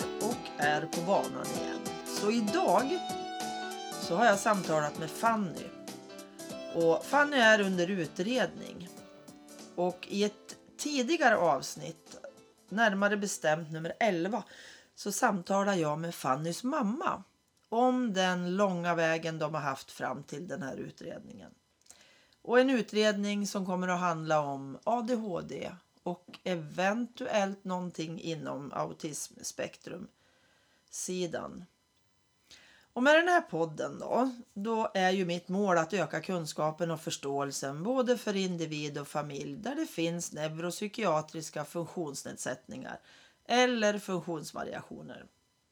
och är på banan igen. Så idag så har jag samtalat med Fanny. Och Fanny är under utredning. Och i ett tidigare avsnitt, närmare bestämt nummer 11, så samtalar jag med Fannys mamma om den långa vägen de har haft fram till den här utredningen. Och en utredning som kommer att handla om ADHD och eventuellt någonting inom autismspektrumsidan. Och med den här podden då är ju mitt mål att öka kunskapen och förståelsen både för individ och familj där det finns neuropsykiatriska funktionsnedsättningar eller funktionsvariationer.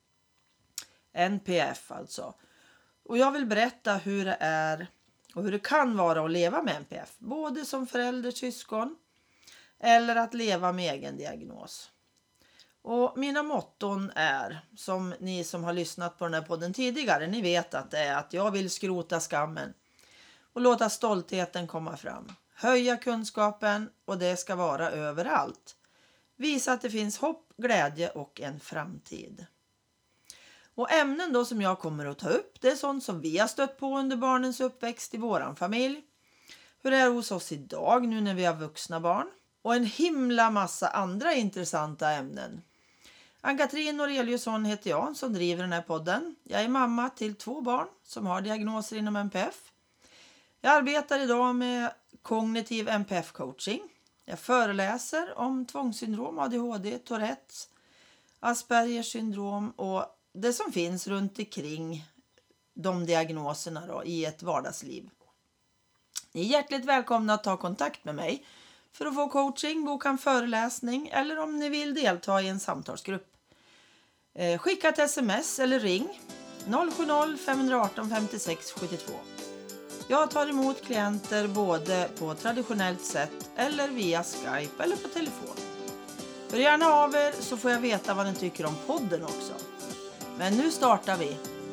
NPF alltså. Och jag vill berätta hur det är och hur det kan vara att leva med NPF. Både som förälder, syskon eller att leva med egen diagnos. Och mina motton är, som ni som har lyssnat på den här podden tidigare, ni vet att det är att jag vill skrota skammen och låta stoltheten komma fram. Höja kunskapen och det ska vara överallt. Visa att det finns hopp, glädje och en framtid. Och ämnen då som jag kommer att ta upp, det är sånt som vi har stött på under barnens uppväxt i våran familj. Hur det är hos oss idag nu när vi har vuxna barn. Och en himla massa andra intressanta ämnen. Ann-Katrin Noreliusson heter jag som driver den här podden. Jag är mamma till 2 barn som har diagnoser inom NPF. Jag arbetar idag med kognitiv NPF-coaching. Jag föreläser om tvångssyndrom, ADHD, Tourettes, Aspergers syndrom och det som finns runt omkring de diagnoserna då, i ett vardagsliv. Ni är hjärtligt välkomna att ta kontakt med mig för att få coaching, boka en föreläsning eller om ni vill delta i en samtalsgrupp. Skicka ett sms eller ring 070-518 56 72. Jag tar emot klienter både på traditionellt sätt eller via Skype eller på telefon. Hör gärna av er så får jag veta vad ni tycker om podden också. Men nu startar vi.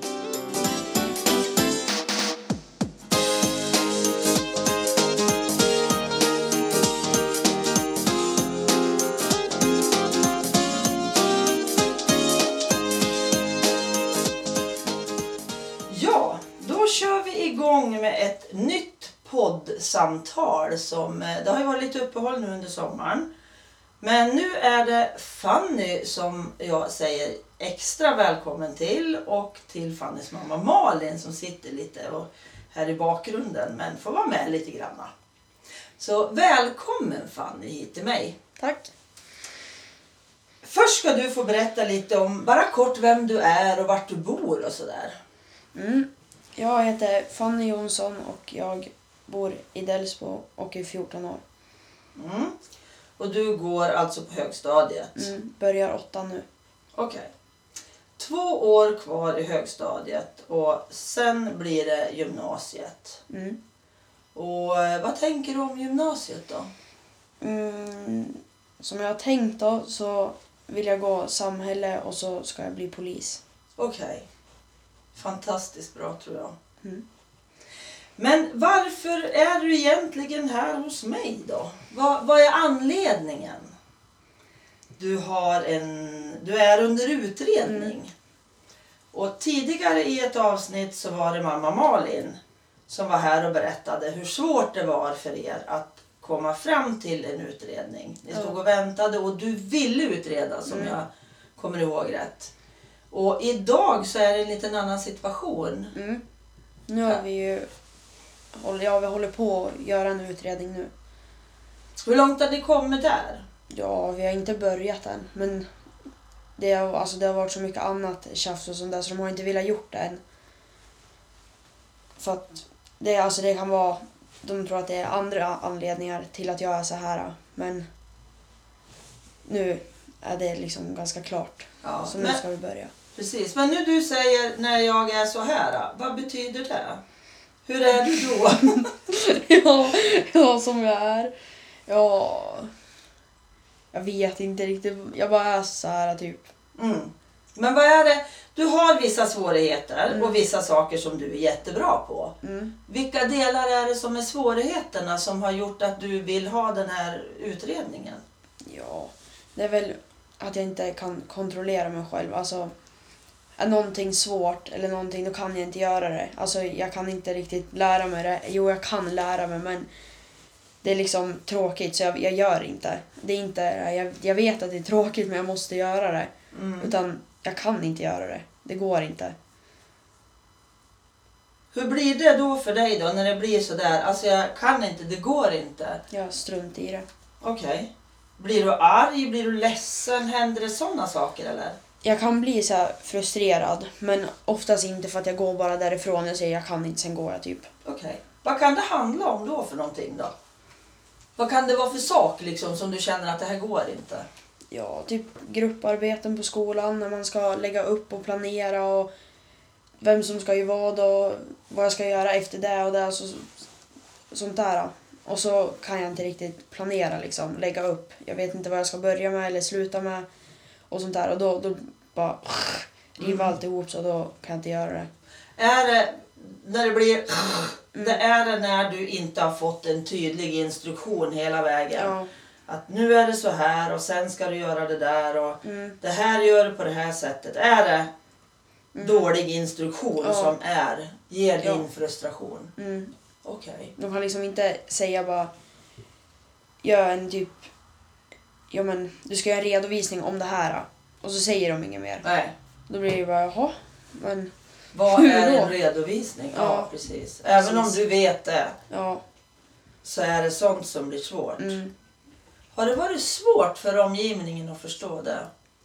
Ja, då kör vi igång med ett nytt poddsamtal som det har ju varit lite uppehåll nu under sommaren. Men nu är det Fanny som jag säger extra välkommen till och till Fannys mamma Malin som sitter lite här i bakgrunden men får vara med lite grann. Så välkommen Fanny hit till mig. Tack. Först ska du få berätta lite om, bara kort, vem du är och vart du bor och sådär. Jag heter Fanny Jonsson och jag bor i Delsbo och är 14 år. Och du går alltså på högstadiet? Börjar 8 nu. Okej. 2 år kvar i högstadiet och sen blir det gymnasiet. Och vad tänker du om gymnasiet då? Som jag har tänkt då så vill jag gå samhälle och så ska jag bli polis. Okej. Fantastiskt bra tror jag. Men varför är du egentligen här hos mig då? Vad är anledningen? Du är under utredning. Och tidigare i ett avsnitt så var det mamma Malin som var här och berättade hur svårt det var för er att komma fram till en utredning. Ni stod och väntade och du ville utreda som jag kommer ihåg rätt. Och idag så är det en liten annan situation. Nu har vi håller på att göra en utredning nu. Hur långt har ni kommit där? Ja, vi har inte börjat än. Men det har varit så mycket annat tjafs och sånt där så de har inte velat gjort det än. För att det kan vara, de tror att det är andra anledningar till att göra så här. Men nu är det liksom ganska klart. Ja, så nu ska vi börja. Precis, men nu du säger när jag är så här, vad betyder det? Hur är du då? ja, som jag är. Ja, jag vet inte riktigt. Jag bara är så här typ. Men vad är det? Du har vissa svårigheter och vissa saker som du är jättebra på. Vilka delar är det som är svårigheterna som har gjort att du vill ha den här utredningen? Ja, det är väl att jag inte kan kontrollera mig själv. Alltså, är någonting svårt eller någonting, då kan jag inte göra det. Alltså, jag kan inte riktigt lära mig det. Jo, jag kan lära mig, men det är liksom tråkigt, så jag gör inte. Det är inte jag vet att det är tråkigt, men jag måste göra det. Utan jag kan inte göra det. Det går inte. Hur blir det då för dig då, när det blir så där? Alltså, jag kan inte, det går inte. Jag strunt i det. Okej. Blir du arg? Blir du ledsen? Händer det sådana saker eller? Jag kan bli så här frustrerad, men oftast inte, för att jag går bara därifrån och säger jag kan inte, sen går jag typ. Okej. Vad kan det handla om då för någonting då? Vad kan det vara för sak liksom som du känner att det här går inte? Ja, typ grupparbeten på skolan när man ska lägga upp och planera och vem som ska göra vad och vad jag ska göra efter det och det, sånt där. Och så kan jag inte riktigt planera liksom, lägga upp. Jag vet inte vad jag ska börja med eller sluta med och sånt där, och då bara riva alltihop, så då kan jag inte göra det. Är det när det blir det är det när du inte har fått en tydlig instruktion hela vägen? Ja. Att nu är det så här och sen ska du göra det där och det här gör du på det här sättet. Är det dålig instruktion som ger din frustration? Okej. De kan liksom inte säga bara gör en typ, ja men du ska göra en redovisning om det här, och så säger de inget mer. Nej. Då blir det bara jaha, men vad hur är då? en redovisning? Ja, Ja, precis. Även om du vet det, ja. så är det sånt som blir svårt. Mm. Har det varit svårt för omgivningen att förstå det?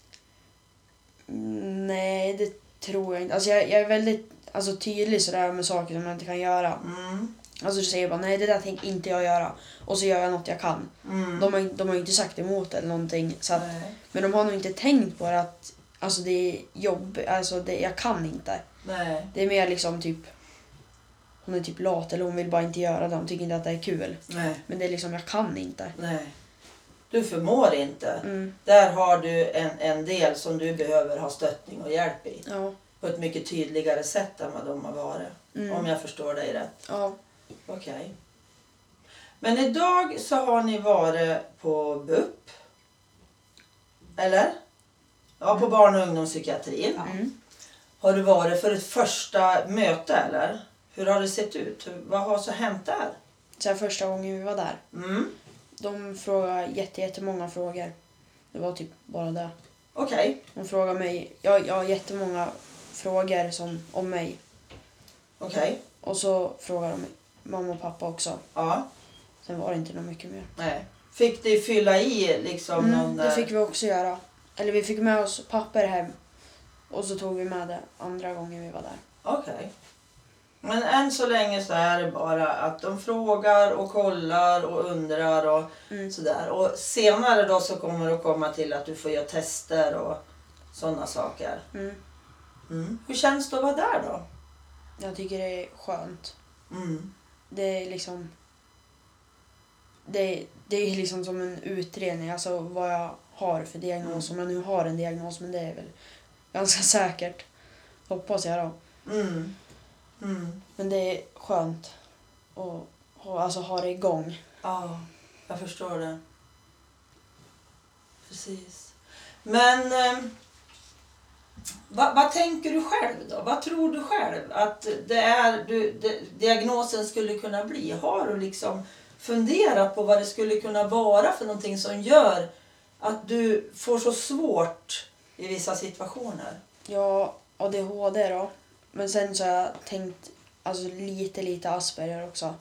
Nej, det tror jag inte. Alltså jag är väldigt tydlig sådär med saker som jag inte kan göra. Alltså du säger bara nej, det där tänker inte jag göra, och så gör jag något jag kan. De har ju inte sagt emot eller någonting, så att, men de har nog inte tänkt på det, att alltså det är jobb, alltså jag kan inte. Nej. Det är mer liksom typ hon är typ lat, eller hon vill bara inte göra det, hon tycker inte att det är kul. Nej. Men det är liksom, jag kan inte. Nej. Du förmår inte. Där har du en del som du behöver ha stöttning och hjälp i. Ja. På ett mycket tydligare sätt än vad de har varit. Om jag förstår dig rätt. Ja. Okej. Men idag så har ni varit på BUP. Eller? Ja, på barn- och ungdomspsykiatrin. Har du varit för ett första möte eller? Hur har det sett ut? Vad har så hänt där? Så här, första gången vi var där. De frågade jättemånga frågor. Det var typ bara det. Okej. De frågade mig, jag har jättemånga frågor om mig. Okej. Och så frågade de mamma och pappa också. Ja. Sen var det inte något mycket mer. Nej. Fick ni fylla i liksom någon... Det fick vi också göra. Eller vi fick med oss papper hem. Och så tog vi med det andra gången vi var där. Okej. Men än så länge så är det bara att de frågar och kollar och undrar och sådär. Och senare då så kommer det att komma till att du får göra tester och sådana saker. Hur känns det att vara där då? Jag tycker det är skönt. Det är liksom... Det är liksom som en utredning. Alltså vad jag har för diagnos. Om jag nu har en diagnos, men det är väl ganska säkert. Hoppas jag då. Men det är skönt att ha det igång. Ja, jag förstår det. Precis. Men vad tänker du själv då? Vad tror du själv att diagnosen skulle kunna bli? Har du liksom funderat på vad det skulle kunna vara för någonting som gör att du får så svårt i vissa situationer? Ja, ADHD då. Men sen så har jag tänkt lite Asperger också.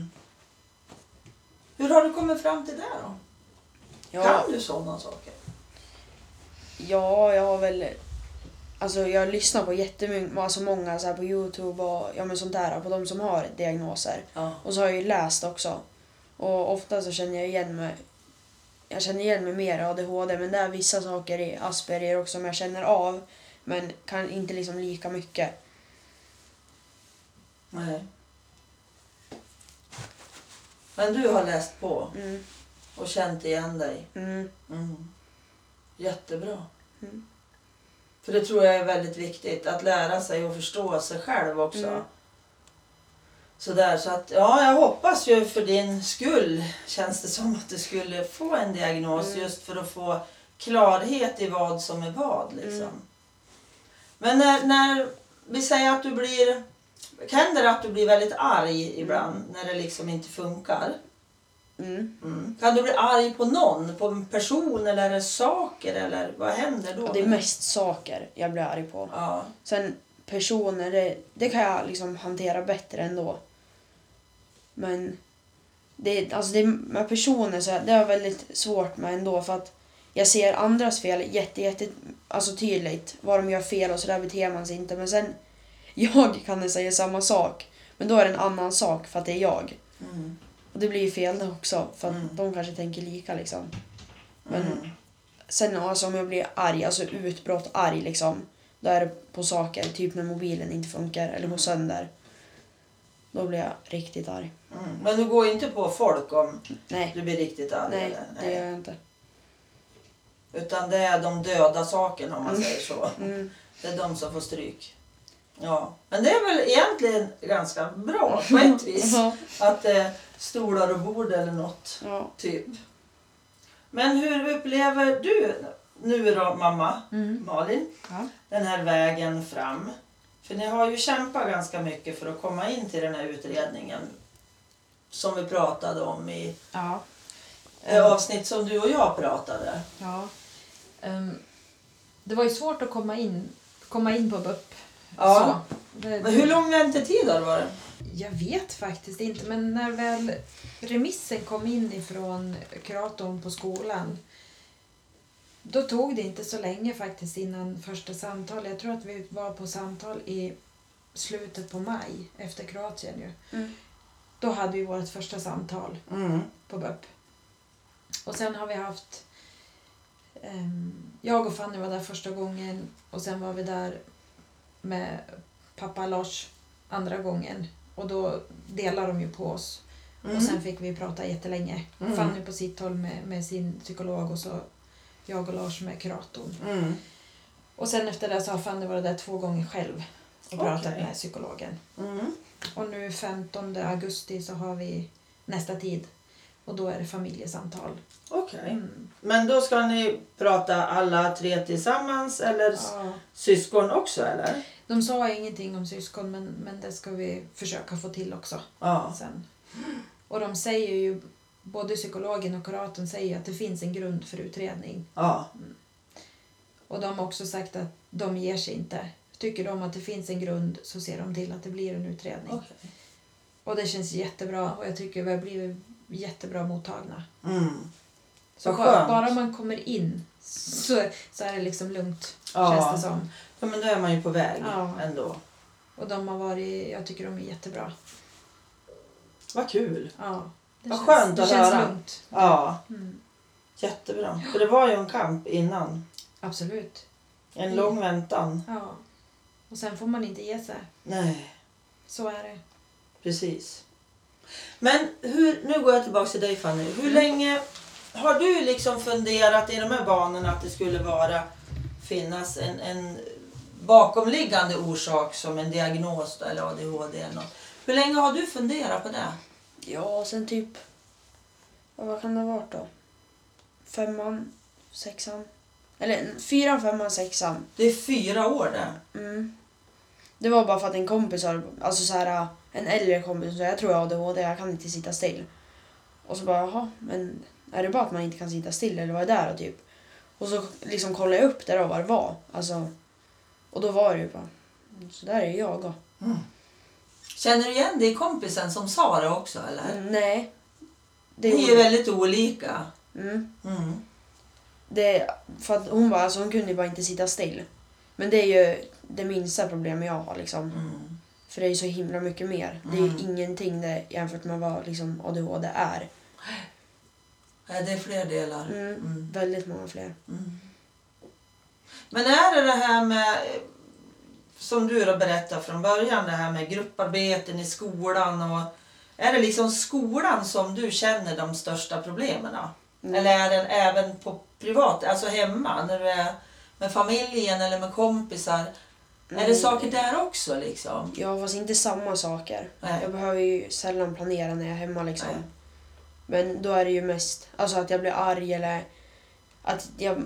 Hur har du kommit fram till det då? Ja. Kan du sådana saker? Ja, jag har väl... jag lyssnar på många så här på YouTube och sånt där, på de som har diagnoser. Ja. Och så har jag ju läst också. Och ofta så känner jag igen mig mer i ADHD, men det är vissa saker i Asperger också som jag känner av, men kan inte liksom lika mycket. Nej. Men du har läst på och känt igen dig. Jättebra. För det tror jag är väldigt viktigt, att lära sig och förstå sig själv också. Sådär, så att jag hoppas ju för din skull, känns det som, att du skulle få en diagnos just för att få klarhet i vad som är vad liksom. Men när vi säger att du blir, händer det att du blir väldigt arg ibland när det liksom inte funkar? Kan du bli arg på någon? På en person eller är det saker? Eller vad händer då? Ja, det är mest saker jag blir arg på. Ja. Sen personer, det kan jag liksom hantera bättre ändå. Men med personer så det är väldigt svårt med ändå, för att jag ser andras fel jätte alltså tydligt vad de gör fel och så där beter man sig inte. Men sen jag kan säga samma sak, men då är det en annan sak för att det är jag. Och det blir ju fel då också, för att de kanske tänker lika liksom. Men sen alltså, om jag blir arg, alltså utbrott arg liksom, då är det på saker, typ när mobilen inte funkar eller går sönder. Då blir jag riktigt arg. Men du går inte på folk om Nej. du blir riktigt arg? Nej, eller? det gör jag inte. Utan det är de döda sakerna om man säger så. Det är de som får stryk. Ja, men det är väl egentligen ganska bra på ett vis. Att stolar och bord eller något. Ja. Typ. Men hur upplever du nu då, mamma Malin, den här vägen fram? För ni har ju kämpat ganska mycket för att komma in till den här utredningen som vi pratade om i avsnitt som du och jag pratade. Ja. Det var ju svårt att komma in på BUP. Ja. Men hur lång väntetid har det varit? Jag vet faktiskt inte, men när väl remissen kom in ifrån kuratorn på skolan, då tog det inte så länge faktiskt innan första samtal. Jag tror att vi var på samtal i slutet på maj efter Kroatien ju. Då hade vi vårt första samtal på BUP. Och sen har vi haft, jag och Fanny var där första gången och sen var vi där med pappa Lars andra gången. Och då delar de ju på oss. Och sen fick vi prata jättelänge. Fanny på sitt håll med sin psykolog och så jag och Lars med kuratorn. Och sen efter det så har Fanny varit där 2 gånger själv och pratat med psykologen. Och nu 15 augusti så har vi nästa tid. Och då är det familjesamtal. Okej. Men då ska ni prata alla 3 tillsammans eller syskon också eller? De sa ingenting om syskon, men det ska vi försöka få till också sen. Och de säger ju, både psykologen och kuratorn säger att det finns en grund för utredning. Och de har också sagt att de ger sig inte. Tycker de att det finns en grund så ser de till att det blir en utredning. Okay. Och det känns jättebra och jag tycker vi har blivit jättebra mottagna. Så bara man kommer in så är det liksom lugnt, känns det som. Ja, men då är man ju på väg ändå. Och de har varit, jag tycker de är jättebra. Vad kul. Ja. Vad skönt att höra. Det känns lugnt. Ja. Jättebra. För det var ju en kamp innan. Absolut. En lång väntan. Ja. Och sen får man inte ge sig. Nej. Så är det. Precis. Men nu går jag tillbaka till dig Fanny. Hur länge har du liksom funderat i de här banorna att det skulle finnas en bakomliggande orsak som en diagnos eller ADHD eller något? Hur länge har du funderat på det? Ja, sen typ, vad kan det ha varit då? 5:an, 6:an. Eller 4:an, 5:an, 6:an. Det är 4 år det. Det var bara för att en kompis har, alltså så här, en äldre kompis, så jag tror jag har ADHD, jag kan inte sitta still. Och så bara, jaha, men är det bara att man inte kan sitta still eller vad är det där typ? Och så liksom kollade jag upp det då vad det var. Alltså, och då var det ju bara, så där är jag då. Känner du igen dig i kompisen som sa det också eller? Nej. Det är ju väldigt olika. Det, för att hon bara, alltså hon kunde ju bara inte sitta still. Men det är ju det minsta problemet jag har liksom. För det är ju så himla mycket mer. Det är ju ingenting det, jämfört med vad liksom ADHD är. Nej, det är fler delar. Väldigt många fler. Men är det här med, som du har berättat från början, det här med grupparbeten i skolan och är det liksom skolan som du känner de största problemen? Eller är den även på privat, alltså hemma, när du är med familjen eller med kompisar? Är det saker där också liksom? Ja, fast inte samma saker. Nej. Jag behöver ju sällan planera när jag är hemma liksom. Nej. Men då är det ju mest, alltså att jag blir arg eller att jag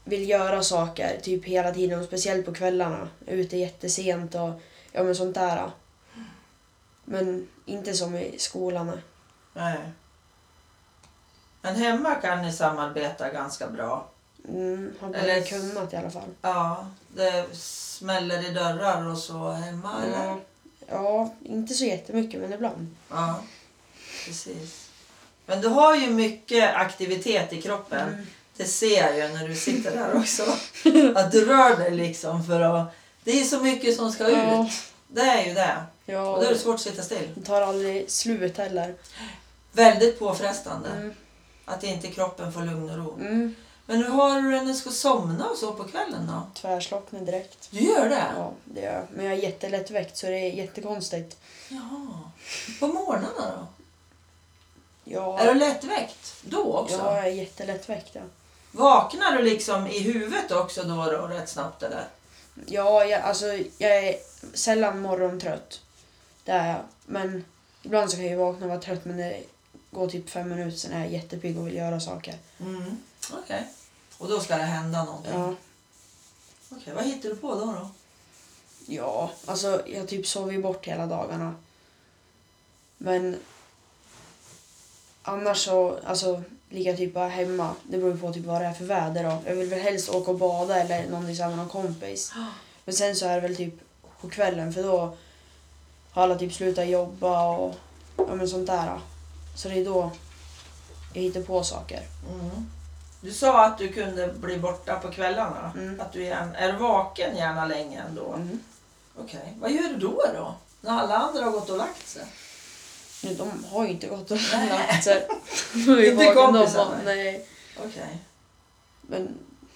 vill göra saker typ hela tiden och speciellt på kvällarna. Är ute jättesent och ja men sånt där. Men inte som i skolan. Nej. Men hemma kan ni samarbeta ganska bra. Har bara kunnat i alla fall. Ja, det smäller i dörrar och så hemma eller? Ja, inte så jättemycket men ibland. Ja, precis. Men du har ju mycket aktivitet i kroppen. Det ser jag ju när du sitter där också. Att du rör dig liksom för att... Det är så mycket som ska ut. Det är ju det. Ja, och då är det svårt att sitta still. Det tar aldrig slut heller. Väldigt påfrestande. Att inte kroppen får lugn och ro. Men hur har du när du ska somna och så på kvällen då? Tvärslocknar direkt. Du gör det? Ja, det gör jag. Men jag är jättelätt väckt så det är jättekonstigt. Jaha. På morgnarna då? Ja. Är du lättväckt då också? Ja, jag är jättelätt väckt. Ja. Vaknar du liksom i huvudet också då rätt snabbt eller? Ja, jag är sällan morgontrött. Det är jag. Men ibland så kan jag vakna och vara trött men det går typ 5 minuter sen är jag jättepigg och vill göra saker. Okej. Och då ska det hända någonting? Ja. Okej, vad hittar du på då? Ja, jag typ sover bort hela dagarna. Men annars så ligger jag typ bara hemma. Det beror på typ vad det är för väder då. Jag vill väl helst åka och bada eller någonting med någon kompis. Men sen så är det väl typ på kvällen för då har alla typ slutat jobba och ja men sånt där. Så det är då jag hittar på saker. Du sa att du kunde bli borta på kvällarna. Att du är vaken gärna länge ändå. Okej. Vad gör du då? När alla andra har gått och lagt sig? De har ju inte gått och lagt sig. Inte kompisarna? Nej. Okej. Men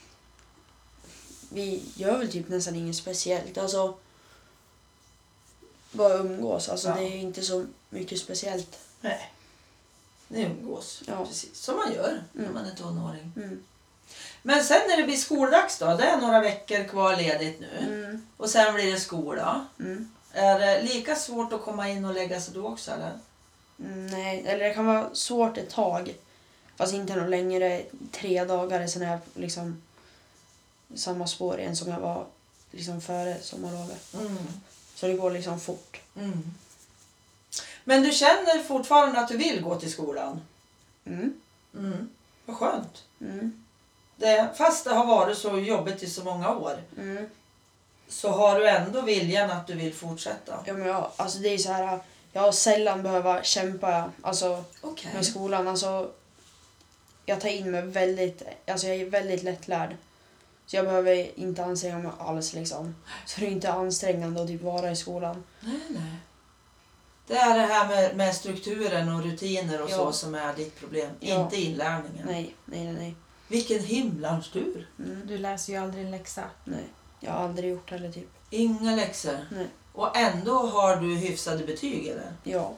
vi gör väl typ nästan inget speciellt. Bara umgås. Det är inte så mycket speciellt. Nej. Ni umgås. Ja. Precis. Som man gör när man är tonåring. Mm. Men sen när det blir skoldags då? Det är några veckor kvar ledigt nu. Och sen blir det skola. Är det lika svårt att komma in och lägga sig då också eller? Nej, eller det kan vara svårt ett tag. Fast inte något längre. 3 dagar sen är jag liksom samma spår igen som jag var liksom före sommarlovet. Så det går liksom fort. Men du känner fortfarande att du vill gå till skolan? Vad skönt. Fast det har varit så jobbigt i så många år. Så har du ändå viljan att du vill fortsätta? Ja, men det är så här. Jag har sällan behöva kämpa med skolan. Jag tar in mig väldigt... jag är väldigt lättlärd. Så jag behöver inte anstränga mig alls liksom. Så det är inte ansträngande att typ vara i skolan. Nej. Det är det här med strukturen och rutiner och så som är ditt problem. Inte inlärningen. Nej. Vilken himlans tur. Du läser ju aldrig en läxa. Nej, jag har aldrig gjort det heller typ. Inga läxor? Nej. Och ändå har du hyfsade betyg eller? Ja.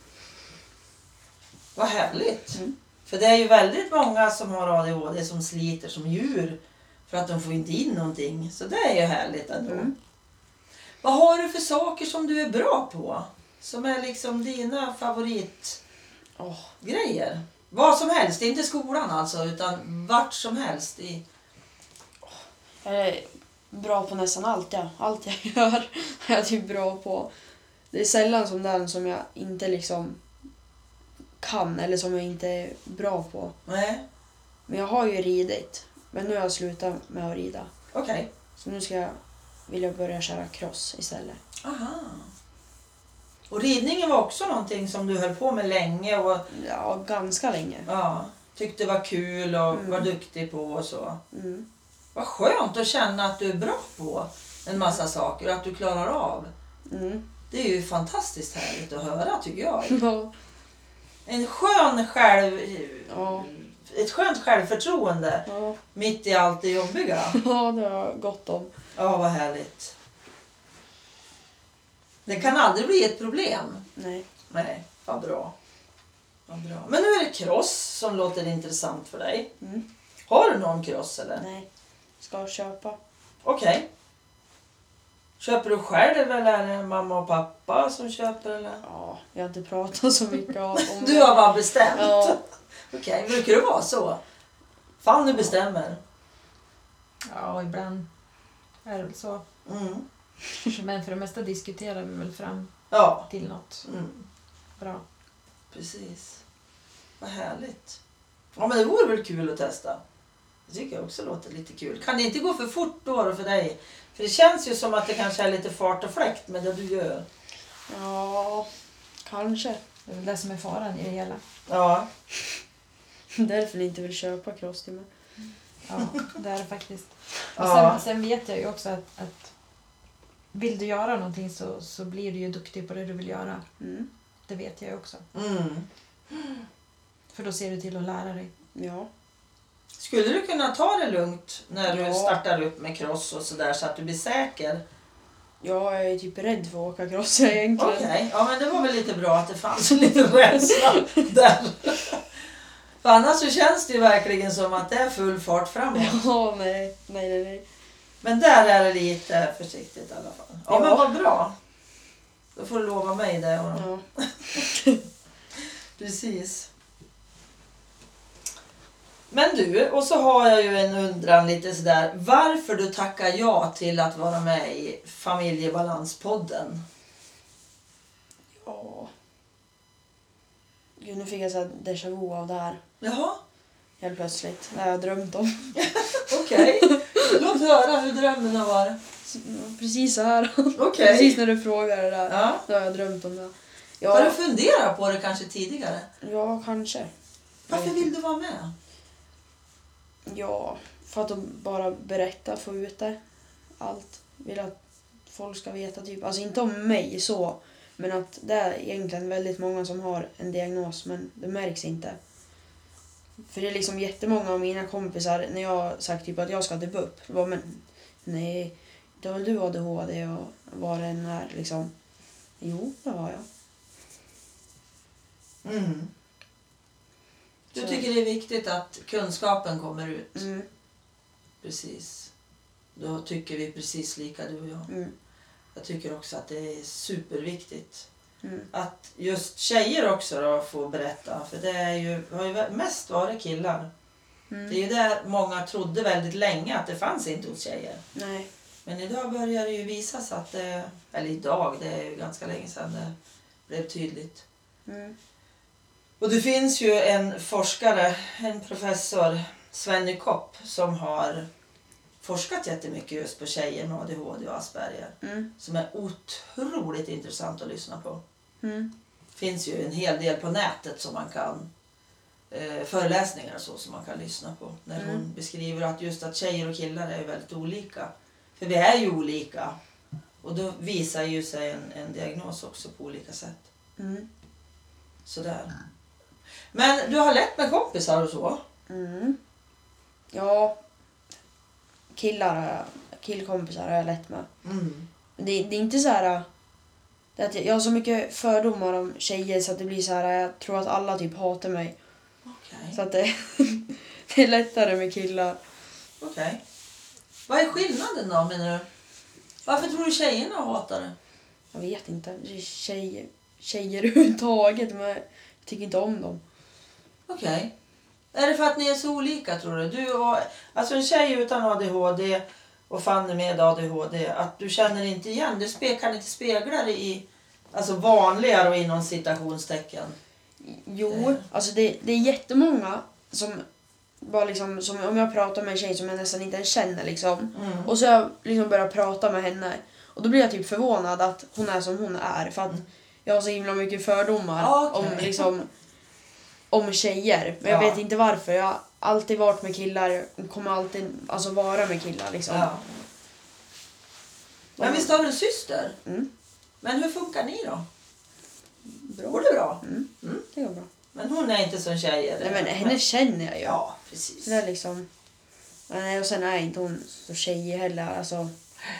Vad härligt. För det är ju väldigt många som har ADHD som sliter som djur. För att de får inte in någonting. Så det är ju härligt ändå. Vad har du för saker som du är bra på? Som är liksom dina favoritgrejer? Vad som helst, inte skolan alltså. Utan vart som helst. Jag är bra på nästan allt. Ja. Allt jag gör är jag typ bra på. Det är sällan som den som jag inte liksom kan. Eller som jag inte är bra på. Nej. Men jag har ju ridit. Men nu har jag slutat med att rida. Okej. Så nu vill jag börja köra cross istället. Aha. Och ridningen var också någonting som du höll på med länge och... Ja, ganska länge. Ja, tyckte var kul och var duktig på och så. Vad skönt att känna att du är bra på en massa saker och att du klarar av. Det är ju fantastiskt härligt att höra tycker jag. En skön ett skönt självförtroende mitt i allt det jobbiga. Ja, det har gott om. Ja, vad härligt. Det kan aldrig bli ett problem. Nej, vad bra. Men nu är det cross som låter intressant för dig. Har du någon cross eller? Nej, ska köpa. Okej. Köper du själv eller är det mamma och pappa som köper eller? Ja, jag har inte pratat så mycket om det. Du har bara bestämt? Ja. Okej, brukar det vara så? Fan, du bestämmer. Ja, ibland är det väl så. Mm. Men för det mesta diskuterar vi väl fram Ja. till något bra. Precis. Vad härligt. Ja, men det vore väl kul att testa. Det tycker jag också låter lite kul. Kan det inte gå för fort då för dig? För det känns ju som att det kanske är lite fart och fläkt med det du gör. Ja, kanske. Det är väl det som är faran i det hela. Ja. Därför ni inte vill köpa crosstimmer. Ja, det är det faktiskt. Och Ja. sen vet jag ju också att vill du göra någonting så blir du ju duktig på det du vill göra. Mm. Det vet jag ju också. Mm. För då ser du till att lära dig. Ja. Skulle du kunna ta det lugnt när du Ja. startar upp med cross och sådär så att du blir säker? Jag är typ rädd för att åka cross egentligen. Okej, ja men det var väl lite bra att det fanns lite rädsla där. För annars så känns det ju verkligen som att det är full fart framåt. Ja, nej. Men där är det lite försiktigt i alla fall. Ja, Ja. men vad bra. Då får du lova mig det. Och... Ja. Precis. Men du, och så har jag ju en undran lite sådär. Varför du tackar ja till att vara med i Familjebalanspodden? Ja. Gud, nu fick jag så här déjà vu av det här. Jaha, Helt plötsligt. Det har jag drömt om. okej. Låt höra hur drömmen har varit. Precis så här. Okej. Precis när du frågar det där. Ja. Då har jag drömt om det. Har Ja, du funderat på det kanske tidigare? ja kanske. Varför vill du vara med? Ja, för att de bara berätta, få ut det. Allt. Vill att folk ska veta typ. Alltså inte om mig så. Men att det är egentligen väldigt många som har en diagnos men det märks inte. För det är liksom jättemånga av mina kompisar när jag har sagt typ att jag ska typ upp. Bara, men nej, då har väl du ADHD och vad det än är liksom. Jo, det har jag. Mm. Du Så. tycker det är viktigt att kunskapen kommer ut. Mm, Precis. Då tycker vi precis lika du och jag. mm, Jag tycker också att det är superviktigt. mm, Att just tjejer också då får berätta. För det är ju, har ju mest varit killar. Det är mm. ju där många trodde väldigt länge att det fanns inte hos tjejer. Nej. Men idag börjar det ju visa sig att det, eller idag, det är ju ganska länge sedan det blev tydligt. Mm, Och det finns ju en forskare, en professor, Svenny Kopp, som har forskat jättemycket just på tjejer med ADHD och Asperger. mm, Som är otroligt intressant att lyssna på. mm, Det finns ju en hel del på nätet som man kan, föreläsningar och så som man kan lyssna på. När hon beskriver att just att tjejer och killar är väldigt olika. För vi är ju olika. Och då visar ju sig en diagnos också på olika sätt. mm, Sådär. Men du har lätt med kompisar och så? mm. Ja, killkompisar har jag lätt med. Mm. Det är inte så här. Det att jag har så mycket fördomar om tjejer så att det blir så här. Jag tror att alla typ hatar mig. Okej. Så att det, det är lättare med killar. Okej. Vad är skillnaden då menar du? Varför tror du tjejerna hatar det? Jag vet inte. Tjejer överhuvudtaget. Men jag tycker inte om dem. Okej. Är det för att ni är så olika tror du? Du och, alltså en tjej utan ADHD och Fanny med ADHD. Att du känner inte igen. Du kan inte spegla det i alltså vanliga och inom citationstecken. Jo, alltså det är jättemånga som bara liksom, som om jag pratar med en tjej som jag nästan inte ens känner liksom. Mm. Och så jag liksom börjar prata med henne. Och då blir jag typ förvånad att hon är som hon är. För att jag har så himla mycket fördomar Okej. om liksom om tjejer. Men jag Ja. vet inte varför. Jag har alltid varit med killar och kommer alltid alltså vara med killar liksom. Ja. Men visst har du en syster? Mm. Men hur funkar ni då? Bra. Går det bra? Mm. Mm. Det går bra. Men hon är inte som tjej eller? Nej men henne känner jag ju. Ja, precis. Så det är liksom. Nej, och sen är inte hon så tjejig heller. Alltså.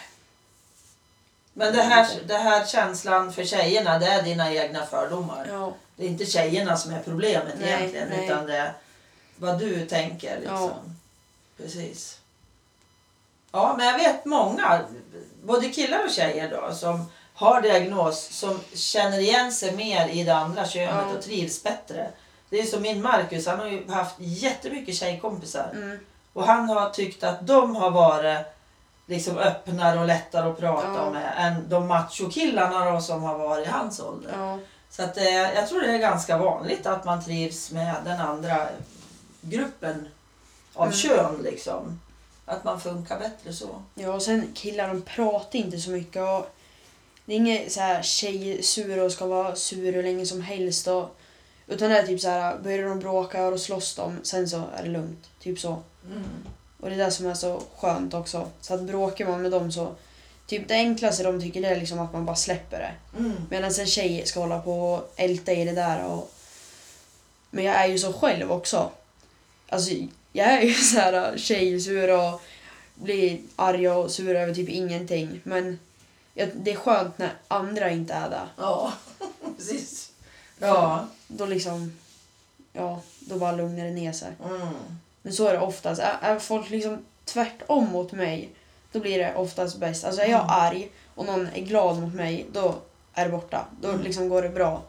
Men det här känslan för tjejerna, det är dina egna fördomar. Ja. Det är inte tjejerna som är problemet Nej, egentligen, nej. utan det är vad du tänker liksom. Ja. Precis. Ja, men jag vet många, både killar och tjejer då, som har diagnos, som känner igen sig mer i det andra könet Ja. och trivs bättre. Det är som min Marcus, han har ju haft jättemycket tjejkompisar. Mm. Och han har tyckt att de har varit liksom öppnare och lättare att prata med än de machokillarna då, som har varit i hans ålder. Ja. Så att jag tror det är ganska vanligt att man trivs med den andra gruppen av kön liksom. Att man funkar bättre så. Ja, och sen killar de pratar inte så mycket. Och det är inget så här tjejsur och ska vara sur hur länge som helst. Utan det är typ så här, börjar de bråka och slåss de, sen så är det lugnt. Typ så. Och det är det som är så skönt också. Så att bråkar man med dem så... Typ det enklaste de tycker det är liksom att man bara släpper det. Medan en tjej ska hålla på och älta i det där. Men jag är ju så själv också. Alltså jag är ju så här tjejsur och blir arg och sur över typ ingenting. Men det är skönt när andra inte är det. Ja, precis. Ja. Då liksom... Ja, då bara lugnar det ner sig. Men så är det oftast. Är folk liksom tvärtom mot mig, då blir det oftast bäst. Alltså är jag arg och någon är glad mot mig, då är det borta. Då liksom går det bra.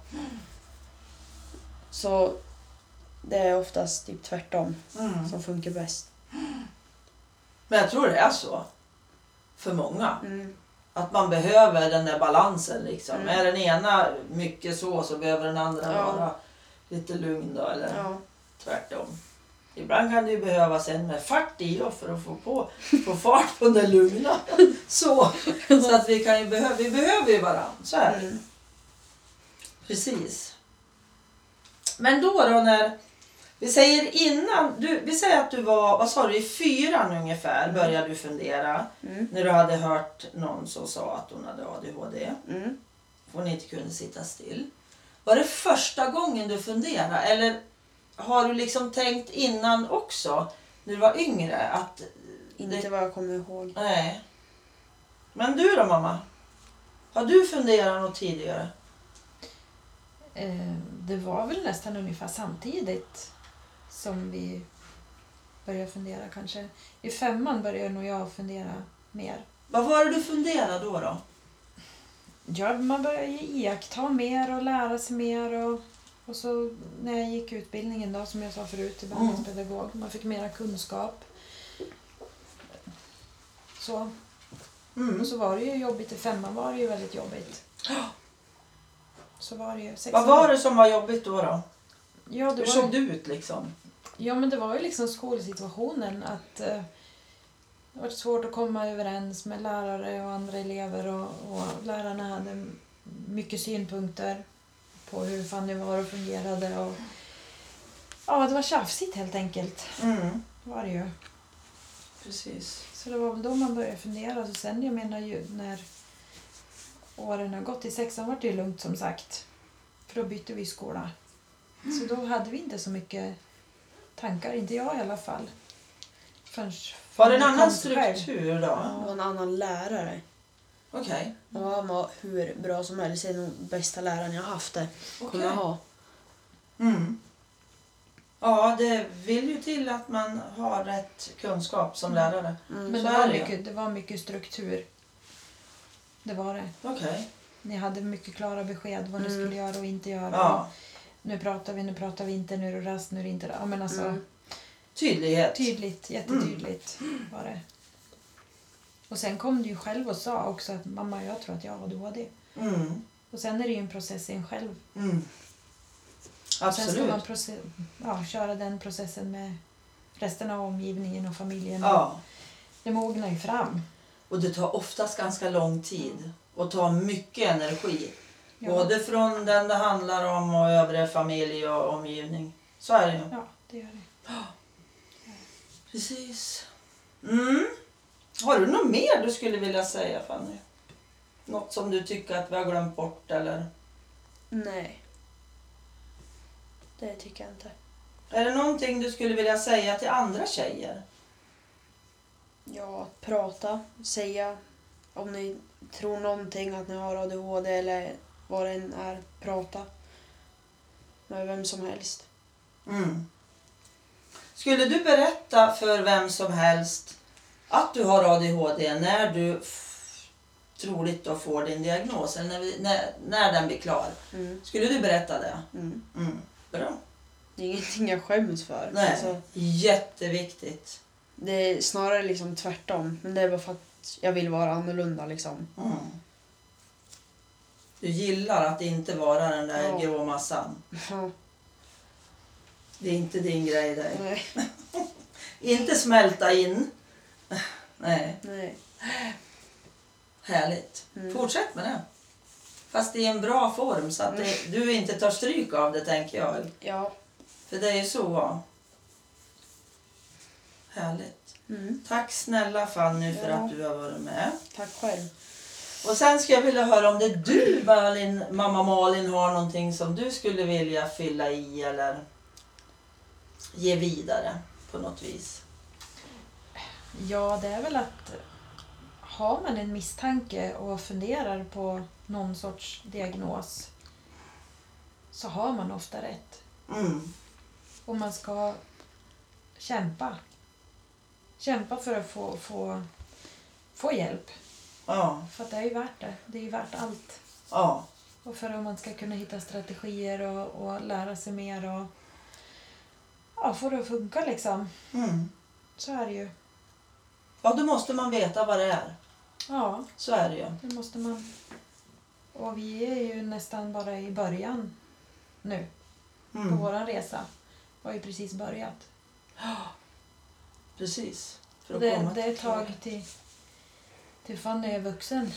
Så det är oftast typ tvärtom som funkar bäst. Men jag tror det är så. För många. Att man behöver den där balansen liksom. Är den ena mycket så behöver den andra vara lite lugn då, eller tvärtom. Ibland kan det ju behövas en med fart i för att få fart på den lugna. Så att vi behöver ju varandra. Så är det. Precis. Men då när vi säger att du var, vad sa du, i 4 ungefär började du fundera. När du hade hört någon som sa att hon hade ADHD. Och hon inte kunde sitta still. Var det första gången du funderade, eller har du liksom tänkt innan också när du var yngre att... Inte vad jag kommer ihåg. Nej. Men du då, mamma? Har du funderat något tidigare? Det var väl nästan ungefär samtidigt som vi började fundera kanske. I 5:an började nog jag fundera mer. Vad var det du funderade då? Ja, man började iaktta mer och lära sig mer. Och så när jag gick utbildningen då, som jag sa förut, till behandlingspedagog, man fick mera kunskap. Så. Och så var det ju jobbigt. I 5:an var det ju väldigt jobbigt. Så var det ju. 6:an. Vad var det som var jobbigt då? Ja, hur såg du ut liksom? Ja, men det var ju liksom skolsituationen att det var svårt att komma överens med lärare och andra elever och lärarna hade mycket synpunkter på hur fan det var och fungerade och ja, det var tjafsigt helt enkelt. Det var det ju. Precis. Så det var väl då man började fundera. Så sen, jag menar ju, när åren har gått i 6:an var det ju lugnt som sagt. För då bytte vi skola. Så då hade vi inte så mycket tankar, inte jag i alla fall. Var det en annan struktur då? Ja, och en annan lärare. Okej. Ja, han var hur bra som helst. Det är nog bästa läraren jag haft det. Kommer jag ha. Ja, det vill ju till att man har rätt kunskap som lärare. Men det var mycket struktur. Det var det. Okej. Ni hade mycket klara besked vad ni skulle göra och inte göra. Ja. Nu pratar vi inte, nu är det rast, nu är det inte. Ja, men alltså, Tydlighet. Tydligt, jättetydligt var det. Och sen kom du ju själv och sa också att mamma, jag tror att jag har ADHD. Och sen är det ju en process i en själv. Absolut. Sen ska man köra den processen med resten av omgivningen och familjen. Ja. Det mognar ju fram. Och det tar oftast ganska lång tid. Och tar mycket energi. Ja. Både från den det handlar om och övriga familj och omgivning. Så är det ju. Ja, det gör det. Precis. Har du något mer du skulle vilja säga, Fanny? Något som du tycker att vi har glömt bort eller? Nej. Det tycker jag inte. Är det någonting du skulle vilja säga till andra tjejer? Ja, prata. Säga om ni tror någonting att ni har ADHD eller vad det än är. Prata. Med vem som helst. Skulle du berätta för vem som helst att du har ADHD när du troligt då får din diagnos eller när den blir klar? Skulle du berätta det? Bra. Det är ingenting jag skäms för. Nej, Alltså, jätteviktigt. Det är snarare liksom tvärtom. Men det är bara för att jag vill vara annorlunda liksom. Mm. Du gillar att inte vara den där grå massan. Ja. Det är inte din grej där. Nej. Inte smälta in. Nej. Nej. Härligt. Fortsätt med det. Fast i en bra form så att du inte tar stryk av det, tänker jag. Ja. För det är ju så. Härligt. Tack snälla Fanny för att du har varit med. Tack själv. Och sen ska jag vilja höra om det du, mamma Malin, har någonting som du skulle vilja fylla i eller ge vidare på något vis. Ja, det är väl att har man en misstanke och funderar på någon sorts diagnos så har man ofta rätt. Och man ska kämpa. Kämpa för att få hjälp. Ja. För att det är ju värt det. Det är ju värt allt. Ja. Och för att man ska kunna hitta strategier och lära sig mer och få det att funka liksom. Så är det ju. Ja, då måste man veta vad det är. Ja, så är det ju. Det måste man. Och vi är ju nästan bara i början nu. På våran resa. Har ju precis börjat. Precis. För Och att komma det är ett tag till Fanny är vuxen.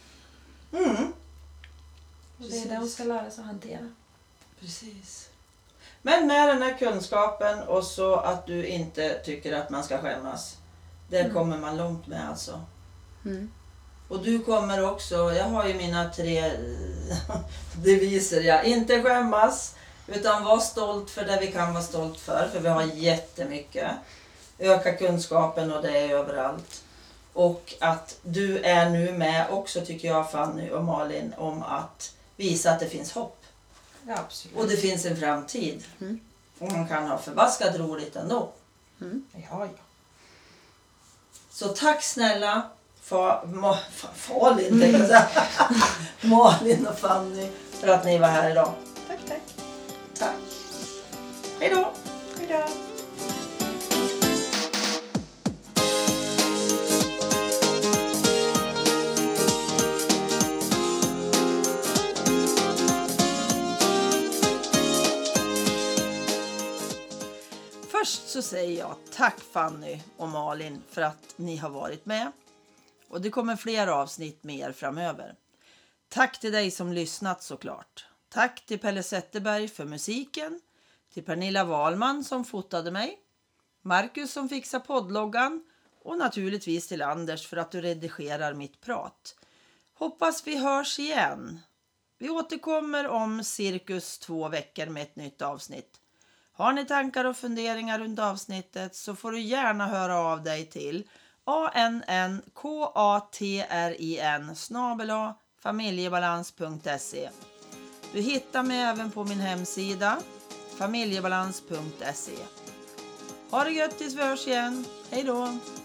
Och det är det hon ska lära sig att hantera. Precis. Men med den här kunskapen och så att du inte tycker att man ska skämmas. Det kommer man långt med alltså. Och du kommer också, jag har ju mina 3 deviser. Jag inte skämmas, utan var stolt för det vi kan vara stolt för vi har jättemycket. Öka kunskapen och det är överallt. Och att du är nu med också, tycker jag, Fanny och Malin, om att visa att det finns hopp. Ja, absolut. Och det finns en framtid. Och man kan ha förbaskat roligt ändå. Ja. Så tack snälla Falin, tänkte jag säga. Malin och Fanny, för att ni var här idag. Tack. Tack. Hej då. Hej då. Först så säger jag tack Fanny och Malin för att ni har varit med. Och det kommer fler avsnitt med er framöver. Tack till dig som lyssnat såklart. Tack till Pelle Zetterberg för musiken. Till Pernilla Wahlman som fotade mig. Marcus som fixar poddloggan. Och naturligtvis till Anders för att du redigerar mitt prat. Hoppas vi hörs igen. Vi återkommer om cirkus 2 veckor med ett nytt avsnitt. Har ni tankar och funderingar runt avsnittet så får du gärna höra av dig till annkatrin@familjebalans.se. Du hittar mig även på min hemsida familjebalans.se. Ha det gött tills vi hörs igen. Hej då!